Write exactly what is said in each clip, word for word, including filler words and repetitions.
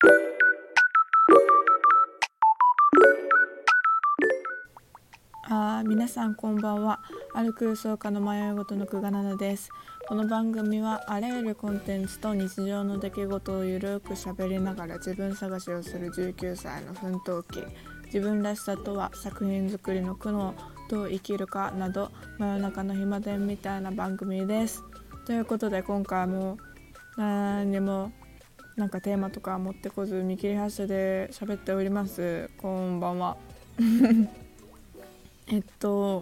あー皆さんこんばんは。ある空想家の迷いごとのくがななです。この番組はあらゆるコンテンツと日常の出来事をゆるく喋りながら自分探しをするじゅうきゅうさいの奮闘記、自分らしさとは、作品作りの苦悩、どう生きるかなど、真夜中の暇伝みたいな番組です。ということで今回も何にもなんかテーマとか持ってこず見切り発車で喋っております。こんばんはえっと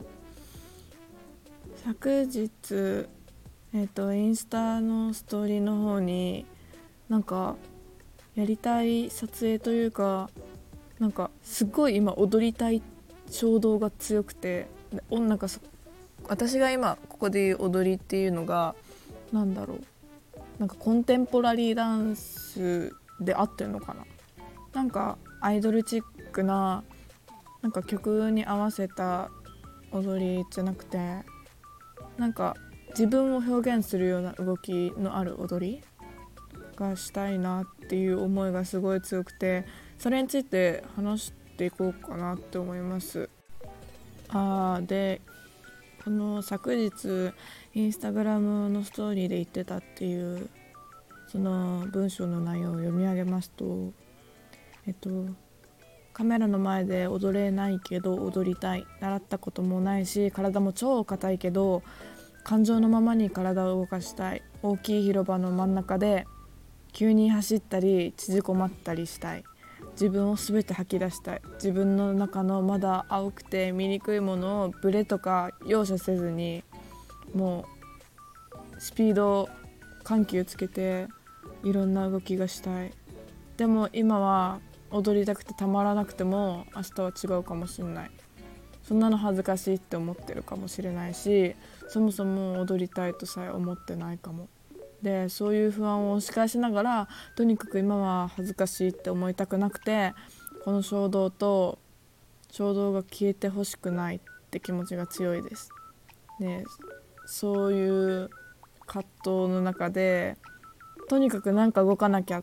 昨日えっとインスタのストーリーの方になんかやりたい撮影というか、なんかすごい今踊りたい衝動が強くて、おなんか私が今ここで言う踊りっていうのがなんだろうなんかコンテンポラリーダンスで合ってるのかな、なんかアイドルチックななんか曲に合わせた踊りじゃなくて、なんか自分を表現するような動きのある踊りがしたいなっていう思いがすごい強くて、それについて話していこうかなって思います。あーでこの昨日インスタグラムのストーリーで言ってたっていうその文章の内容を読み上げますと、えっとカメラの前で踊れないけど踊りたい、習ったこともないし体も超硬いけど感情のままに体を動かしたい、大きい広場の真ん中で急に走ったり縮こまったりしたい、自分を全て吐き出したい、自分の中のまだ青くて醜いものをブレとか容赦せずにもうスピード緩急つけていろんな動きがしたい。でも今は踊りたくてたまらなくても明日は違うかもしれない、そんなの恥ずかしいって思ってるかもしれないし、そもそも踊りたいとさえ思ってないかも。でそういう不安を押し返しながら、とにかく今は恥ずかしいって思いたくなくて、この衝動と衝動が消えてほしくないって気持ちが強いです。でそういう葛藤の中でとにかくなんか動かなきゃって、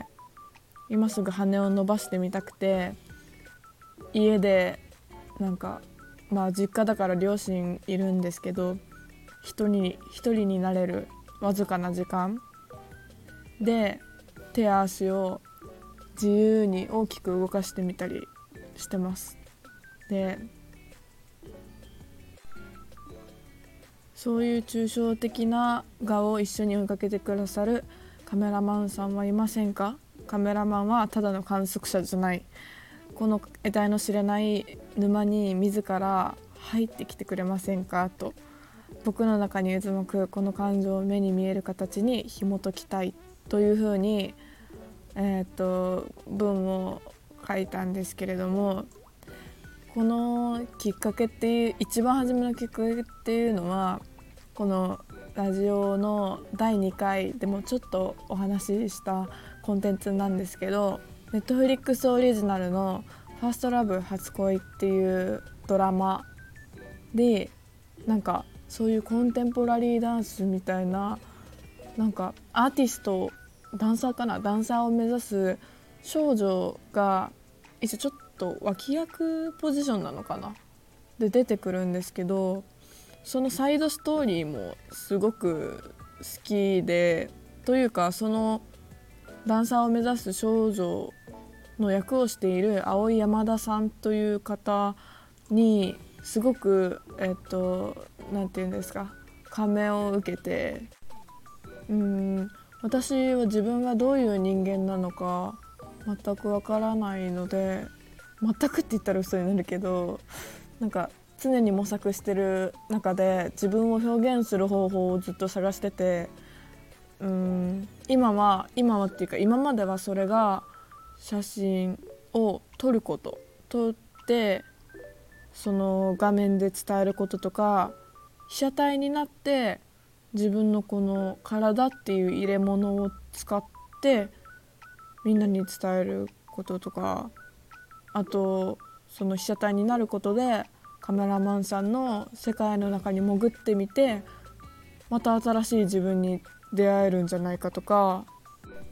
今すぐ羽を伸ばしてみたくて、家でなんかまあ実家だから両親いるんですけど、一人一人になれるわずかな時間で手や足を自由に大きく動かしてみたりしてます。でそういう抽象的な画を一緒に追いかけてくださるカメラマンさんはいませんか？カメラマンはただの観測者じゃない、この得体の知れない沼に自ら入ってきてくれませんかと、僕の中に渦巻くこの感情を目に見える形に紐解きたいというふうに、えー、と文を書いたんですけれども、このきっかけっていう一番初めのきっかけっていうのは、このラジオのだいにかいでもちょっとお話ししたコンテンツなんですけど、ネットフリックスオリジナルのファーストラブ初恋っていうドラマで、なんかそういうコンテンポラリーダンスみたいな、なんかアーティストダンサーかなダンサーを目指す少女が一応ちょっと脇役ポジションなのかなで出てくるんですけど、そのサイドストーリーもすごく好きで、というかそのダンサーを目指す少女の役をしている青井山田さんという方にすごくえっとなんていうんですか感銘を受けて、うーん私は自分がどういう人間なのか全くわからないので、全くって言ったら嘘になるけど、なんか常に模索してる中で自分を表現する方法をずっと探してて、うーん今は今はっていうか今まではそれが写真を撮ること、撮ってその画面で伝えることとか、被写体になって自分のこの体っていう入れ物を使ってみんなに伝えることとか、あとその被写体になることでカメラマンさんの世界の中に潜ってみて、また新しい自分に出会えるんじゃないかとか、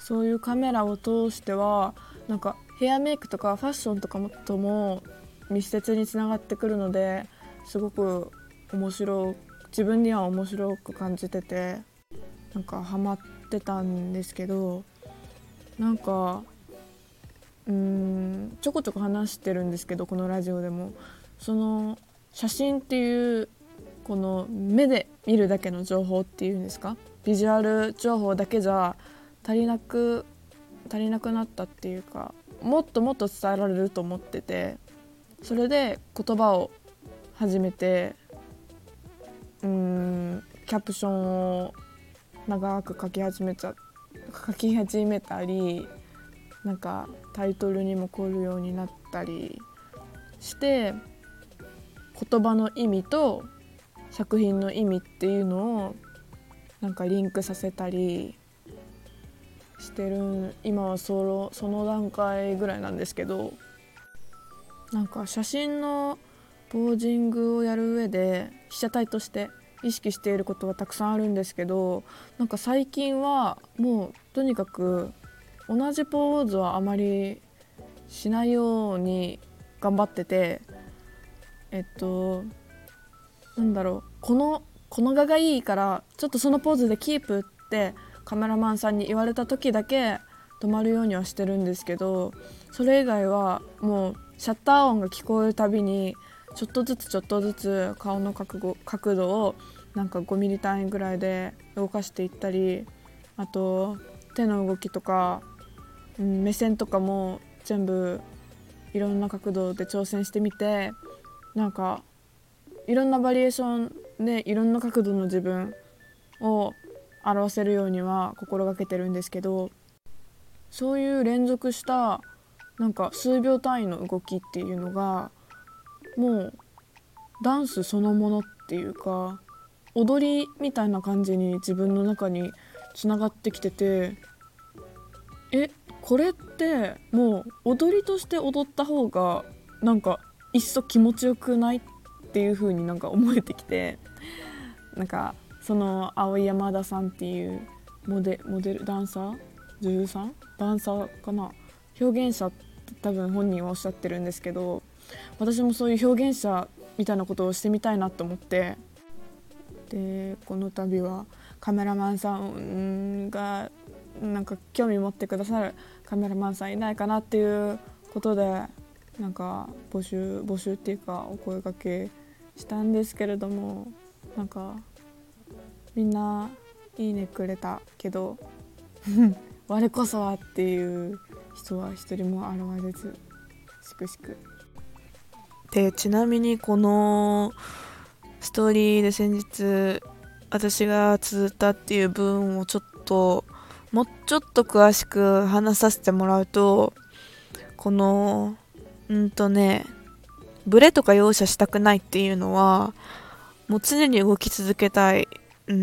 そういうカメラを通してはなんかヘアメイクとかファッションとかもとも密接につながってくるので、すごく面白自分には面白く感じてて、なんかハマってたんですけど、なんかうーんちょこちょこ話してるんですけど、このラジオでもその写真っていうこの目で見るだけの情報っていうんですか、ビジュアル情報だけじゃ足りなく足りなくなったっていうか、もっともっと伝えられると思ってて、それで言葉を始めて、うーんキャプションを長く書き始めちゃ書き始めたり、なんかタイトルにも凝るようになったりして、言葉の意味と作品の意味っていうのをなんかリンクさせたりしてる、今はその、その段階ぐらいなんですけど、なんか写真のポージングをやる上で被写体として意識していることはたくさんあるんですけど、なんか最近はもうとにかく同じポーズはあまりしないように頑張ってて、えっとなんだろう、このこの画がいいからちょっとそのポーズでキープってカメラマンさんに言われた時だけ止まるようにはしてるんですけど、それ以外はもうシャッター音が聞こえるたびにちょっとずつちょっとずつ顔の角度、角度をなんかごミリ単位ぐらいで動かしていったり、あと手の動きとか、うん、目線とかも全部いろんな角度で挑戦してみて、なんかいろんなバリエーションでいろんな角度の自分を表せるようには心がけてるんですけど、そういう連続したなんか数秒単位の動きっていうのがもうダンスそのものっていうか、踊りみたいな感じに自分の中につながってきてて、えこれってもう踊りとして踊った方がなんかいっそ気持ちよくないっていう風になんか思えてきて、なんかその青山田さんっていうモデ、モデルダンサー女優さんダンサーかな、表現者って多分本人はおっしゃってるんですけど、私もそういう表現者みたいなことをしてみたいなと思って、でこの度はカメラマンさんがなんか興味持ってくださるカメラマンさんいないかなっていうことで、なんか募集募集っていうかお声掛けしたんですけれども、なんかみんないいねくれたけど我こそはっていう人は一人も現れず、しくしくで、ちなみにこのストーリーで先日私が綴ったっていう文をちょっともうちょっと詳しく話させてもらうと、このうんとねブレとか容赦したくないっていうのは、もう常に動き続けたい、うん、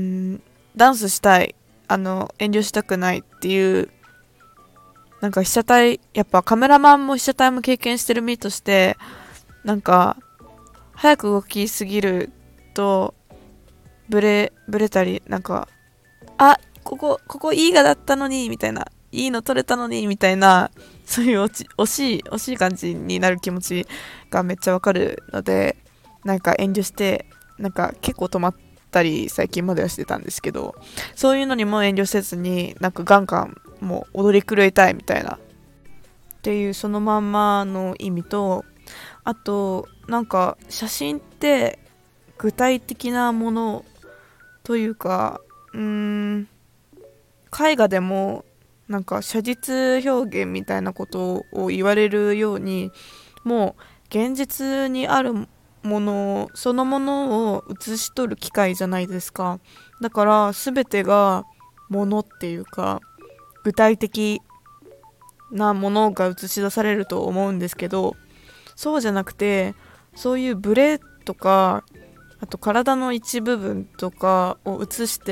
ダンスしたい、あの遠慮したくないっていう、なんか被写体、やっぱカメラマンも被写体も経験してる身として、なんか早く動きすぎるとブレブレたり、なんかあここここいい画だったのにみたいな、いいの撮れたのにみたいな、そういう惜し惜しい惜しい感じになる気持ちがめっちゃわかるので、なんか遠慮してなんか結構止まったり最近まではしてたんですけど、そういうのにも遠慮せずになんかガンガンもう踊り狂いたいみたいなっていうそのまんまの意味と、あとなんか写真って具体的なものというか、うーん絵画でもなんか写実表現みたいなことを言われるように、もう現実にあるものそのものを写し取る機械じゃないですか。だから全てがものっていうか具体的なものが映し出されると思うんですけど、そうじゃなくて、そういうブレとか、あと体の一部分とかを映して、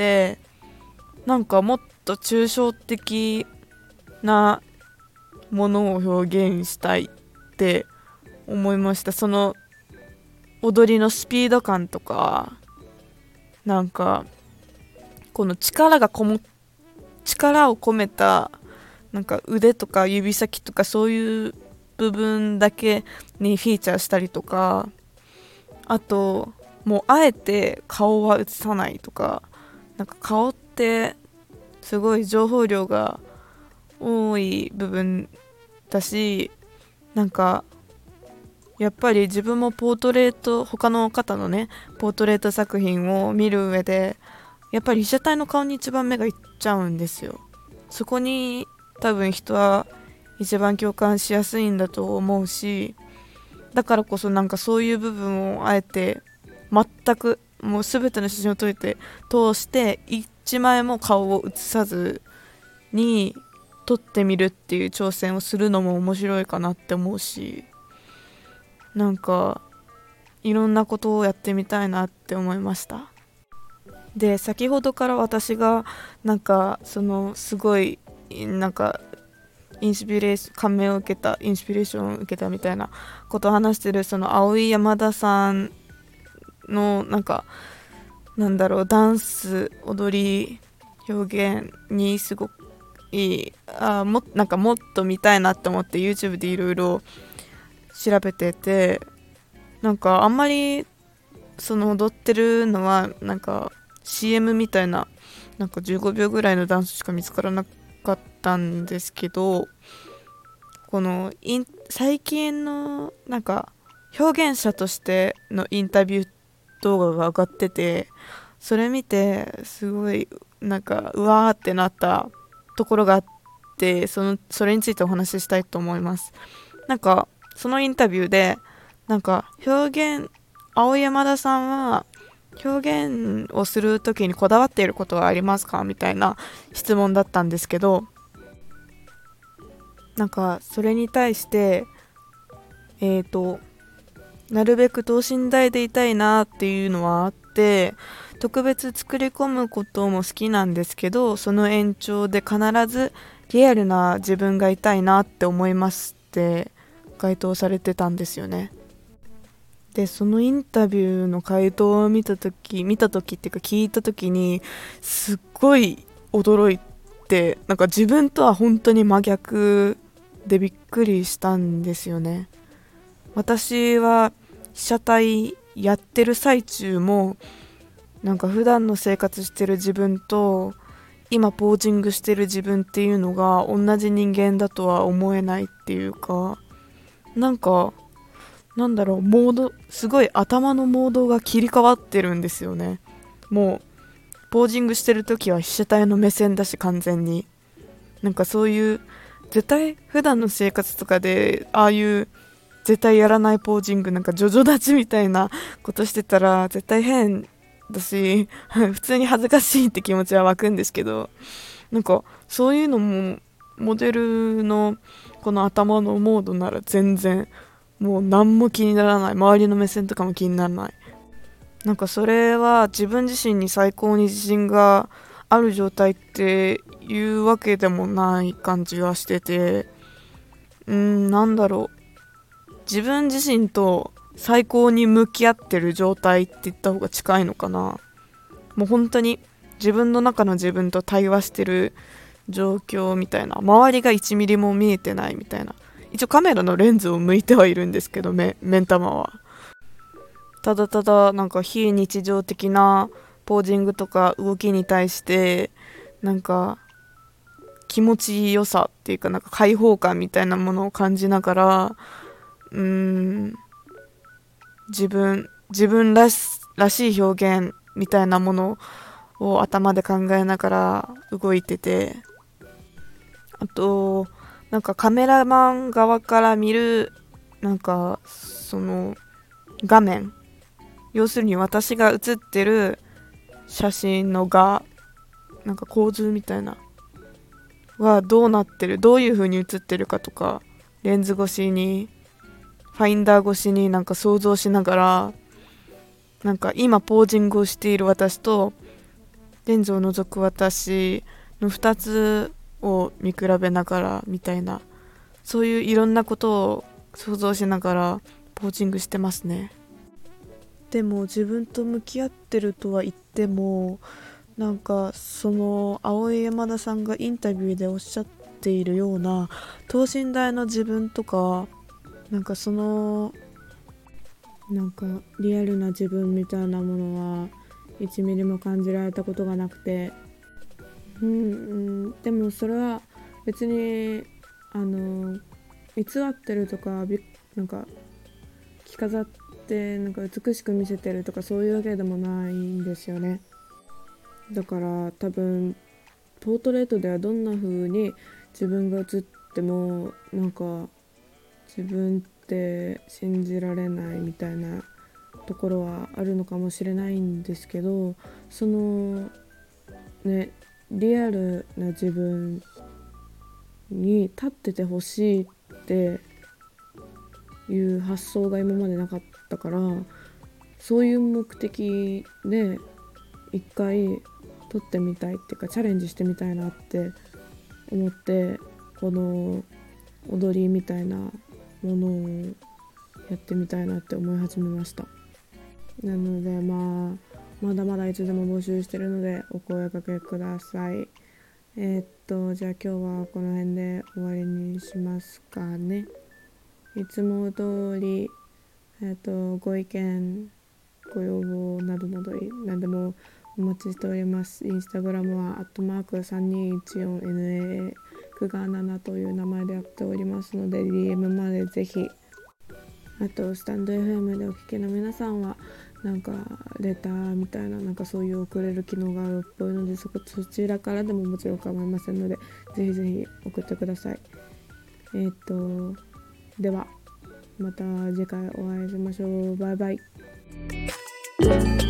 なんかもっと抽象的なものを表現したいって思いました。その踊りのスピード感とか、なんかこの力がこも力を込めたなんか腕とか指先とかそういう部分だけにフィーチャーしたりとか、あともうあえて顔は映さないとか、なんか顔ってすごい情報量が多い部分だし、なんかやっぱり自分もポートレート、他の方のねポートレート作品を見る上でやっぱり被写体の顔に一番目がいっちゃうんですよ。そこに多分人は一番共感しやすいんだと思うし、だからこそなんかそういう部分をあえて全くもう全ての写真を撮って通して一枚も顔を写さずに撮ってみるっていう挑戦をするのも面白いかなって思うし、なんかいろんなことをやってみたいなって思いました。で、先ほどから私がなんかそのすごいなんかインスピレーション感銘を受けたインスピレーションを受けたみたいなことを話してるその青井山田さんのなんかなんだろうダンス踊り表現にすごくいいあもなんかもっと見たいなって思って YouTube でいろいろ調べてて、なんかあんまりその踊ってるのはなんか シーエム みたいななんかじゅうごびょうぐらいのダンスしか見つからなかったんですけど、このイン最近のなんか表現者としてのインタビュー動画が上がってて、それ見てすごいなんかうわーってなったところがあって、そのそれについてお話ししたいと思います。なんかそのインタビューでなんか表現青山田さんは表現をするときにこだわっていることはありますかみたいな質問だったんですけど、なんかそれに対してえーとなるべく等身大でいたいなっていうのはあって、特別作り込むことも好きなんですけど、その延長で必ずリアルな自分がいたいなって思いますって回答されてたんですよね。で、そのインタビューの回答を見たとき見たときっていうか聞いたときにすっごい驚いて、なんか自分とは本当に真逆でびっくりしたんですよね。私は被写体やってる最中もなんか普段の生活してる自分と今ポージングしてる自分っていうのが同じ人間だとは思えないっていうか、なんかなんだろうモードすごい頭のモードが切り替わってるんですよね。もうポージングしてる時は被写体の目線だし、完全になんかそういう絶対普段の生活とかでああいう絶対やらないポージング、なんかジョジョ立ちみたいなことしてたら絶対変だし普通に恥ずかしいって気持ちは湧くんですけど、なんかそういうのもモデルのこの頭のモードなら全然もう何も気にならない、周りの目線とかも気にならない。なんかそれは自分自身に最高に自信がある状態っていうわけでもない感じがしてて、うーんなんだろう自分自身と最高に向き合ってる状態って言った方が近いのかな。もう本当に自分の中の自分と対話してる状況みたいな、周りがいちミリも見えてないみたいな。一応カメラのレンズを向いてはいるんですけど、目目ん玉はただただなんか非日常的なポージングとか動きに対してなんか気持ちよさっていうか、なんか開放感みたいなものを感じながら、うーん自分自分らし、らしい表現みたいなものを頭で考えながら動いてて、あとなんかカメラマン側から見るなんかその画面、要するに私が写ってる写真の画なんか構図みたいなはどうなってる、どういう風に写ってるかとか、レンズ越しにファインダー越しになんか想像しながら、なんか今ポージングをしている私とレンズを覗く私のふたつを見比べながらみたいな、そういういろんなことを想像しながらポージングしてますね。でも自分と向き合ってるとは言っても、なんかその青江山田さんがインタビューでおっしゃっっているような等身大の自分とか、なんかそのなんかリアルな自分みたいなものはいちミリも感じられたことがなくて、うん、うん、でもそれは別にあの偽ってるとかびなんか着飾ってなんか美しく見せてるとかそういうわけでもないんですよね。だから多分ポートレートではどんな風に自分が写ってもなんか自分って信じられないみたいなところはあるのかもしれないんですけど、そのねリアルな自分に立っててほしいっていう発想が今までなかったから、そういう目的で一回撮ってみたいっていうかチャレンジしてみたいなって思って、この踊りみたいなものをやってみたいなって思い始めました。なのでまあまだまだいつでも募集してるのでお声掛けください。えー、っとじゃあ今日はこの辺で終わりにしますかね。いつも通り、えー、っとご意見ご要望などなど何でもお待ちしております。インスタグラムはアットマーク さんにいちよんエヌエー くがななという名前でやっておりますので ディーエム までぜひ。あとスタンド エフエム でお聞きの皆さんはなんかレターみたいななんかそういう送れる機能があるっぽいので、そこそちらからでももちろん構いませんのでぜひぜひ送ってください。えー、っとではまた次回お会いしましょう。バイバイ。